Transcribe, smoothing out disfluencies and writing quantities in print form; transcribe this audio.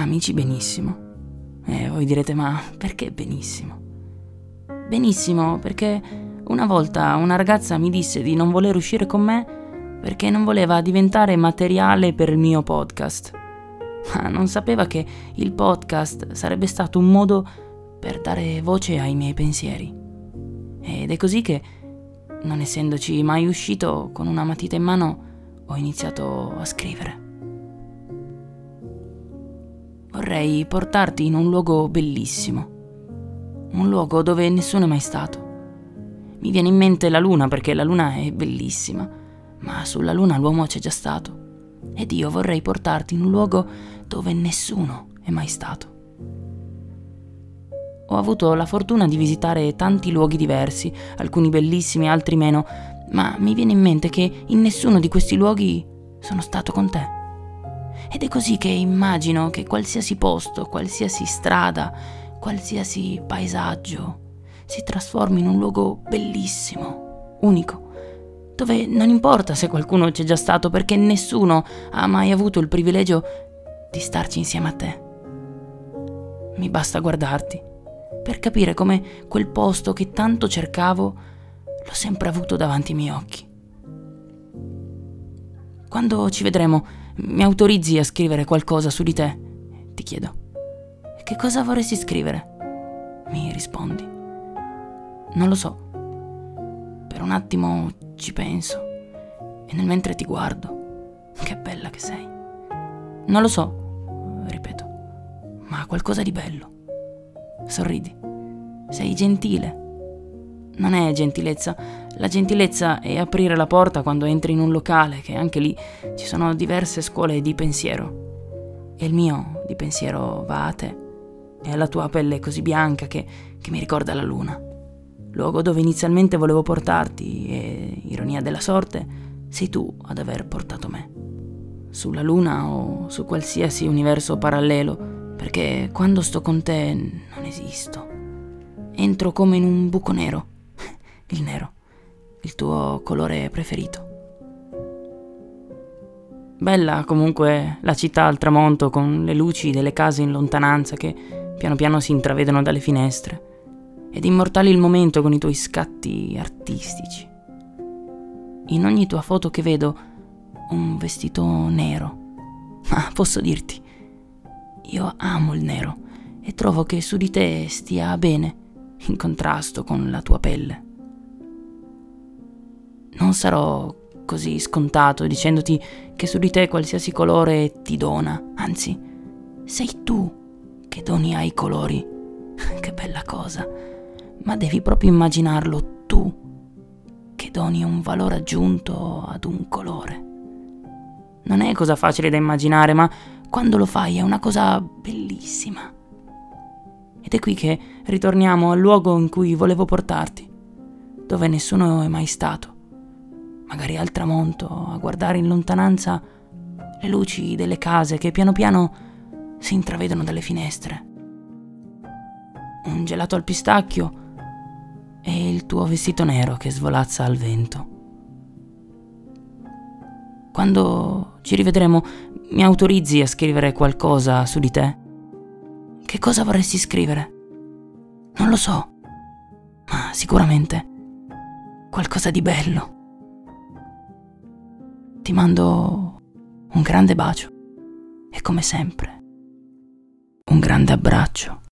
Amici benissimo. Voi direte, ma perché benissimo? Benissimo perché una volta una ragazza mi disse di non voler uscire con me perché non voleva diventare materiale per il mio podcast. Ma non sapeva che il podcast sarebbe stato un modo per dare voce ai miei pensieri. Ed è così che, non essendoci mai uscito con una matita in mano, ho iniziato a scrivere. Vorrei portarti in un luogo bellissimo, un luogo dove nessuno è mai stato. Mi viene in mente la luna perché la luna è bellissima, ma sulla luna l'uomo c'è già stato. Ed io vorrei portarti in un luogo dove nessuno è mai stato. Ho avuto la fortuna di visitare tanti luoghi diversi, alcuni bellissimi, altri meno, ma mi viene in mente che in nessuno di questi luoghi sono stato con te. Ed è così che immagino che qualsiasi posto, qualsiasi strada, qualsiasi paesaggio si trasformi in un luogo bellissimo, unico, dove non importa se qualcuno c'è già stato perché nessuno ha mai avuto il privilegio di starci insieme a te. Mi basta guardarti per capire come quel posto che tanto cercavo l'ho sempre avuto davanti ai miei occhi. Quando ci vedremo, mi autorizzi a scrivere qualcosa su di te? Ti chiedo. Che cosa vorresti scrivere? Mi rispondi. Non lo so. Per un attimo ci penso e nel mentre ti guardo. Che bella che sei. Non lo so, ripeto, ma qualcosa di bello. Sorridi. Sei gentile. Non è gentilezza. La gentilezza è aprire la porta quando entri in un locale, che anche lì ci sono diverse scuole di pensiero. E il mio di pensiero va a te e alla tua pelle così bianca che mi ricorda la luna. Luogo dove inizialmente volevo portarti e, ironia della sorte, sei tu ad aver portato me. Sulla luna o su qualsiasi universo parallelo, perché quando sto con te non esisto. Entro come in un buco nero. Il nero, il tuo colore preferito. Bella comunque la città al tramonto con le luci delle case in lontananza che piano piano si intravedono dalle finestre. Ed immortali il momento con i tuoi scatti artistici. In ogni tua foto che vedo un vestito nero. Ma posso dirti, io amo il nero e trovo che su di te stia bene, in contrasto con la tua pelle. Non sarò così scontato dicendoti che su di te qualsiasi colore ti dona, anzi, sei tu che doni ai colori. Che bella cosa, ma devi proprio immaginarlo tu che doni un valore aggiunto ad un colore. Non è cosa facile da immaginare, ma quando lo fai è una cosa bellissima. Ed è qui che ritorniamo al luogo in cui volevo portarti, dove nessuno è mai stato. Magari al tramonto, a guardare in lontananza le luci delle case che piano piano si intravedono dalle finestre. Un gelato al pistacchio e il tuo vestito nero che svolazza al vento. Quando ci rivedremo, mi autorizzi a scrivere qualcosa su di te? Che cosa vorresti scrivere? Non lo so, ma sicuramente qualcosa di bello. Ti mando un grande bacio e come sempre un grande abbraccio.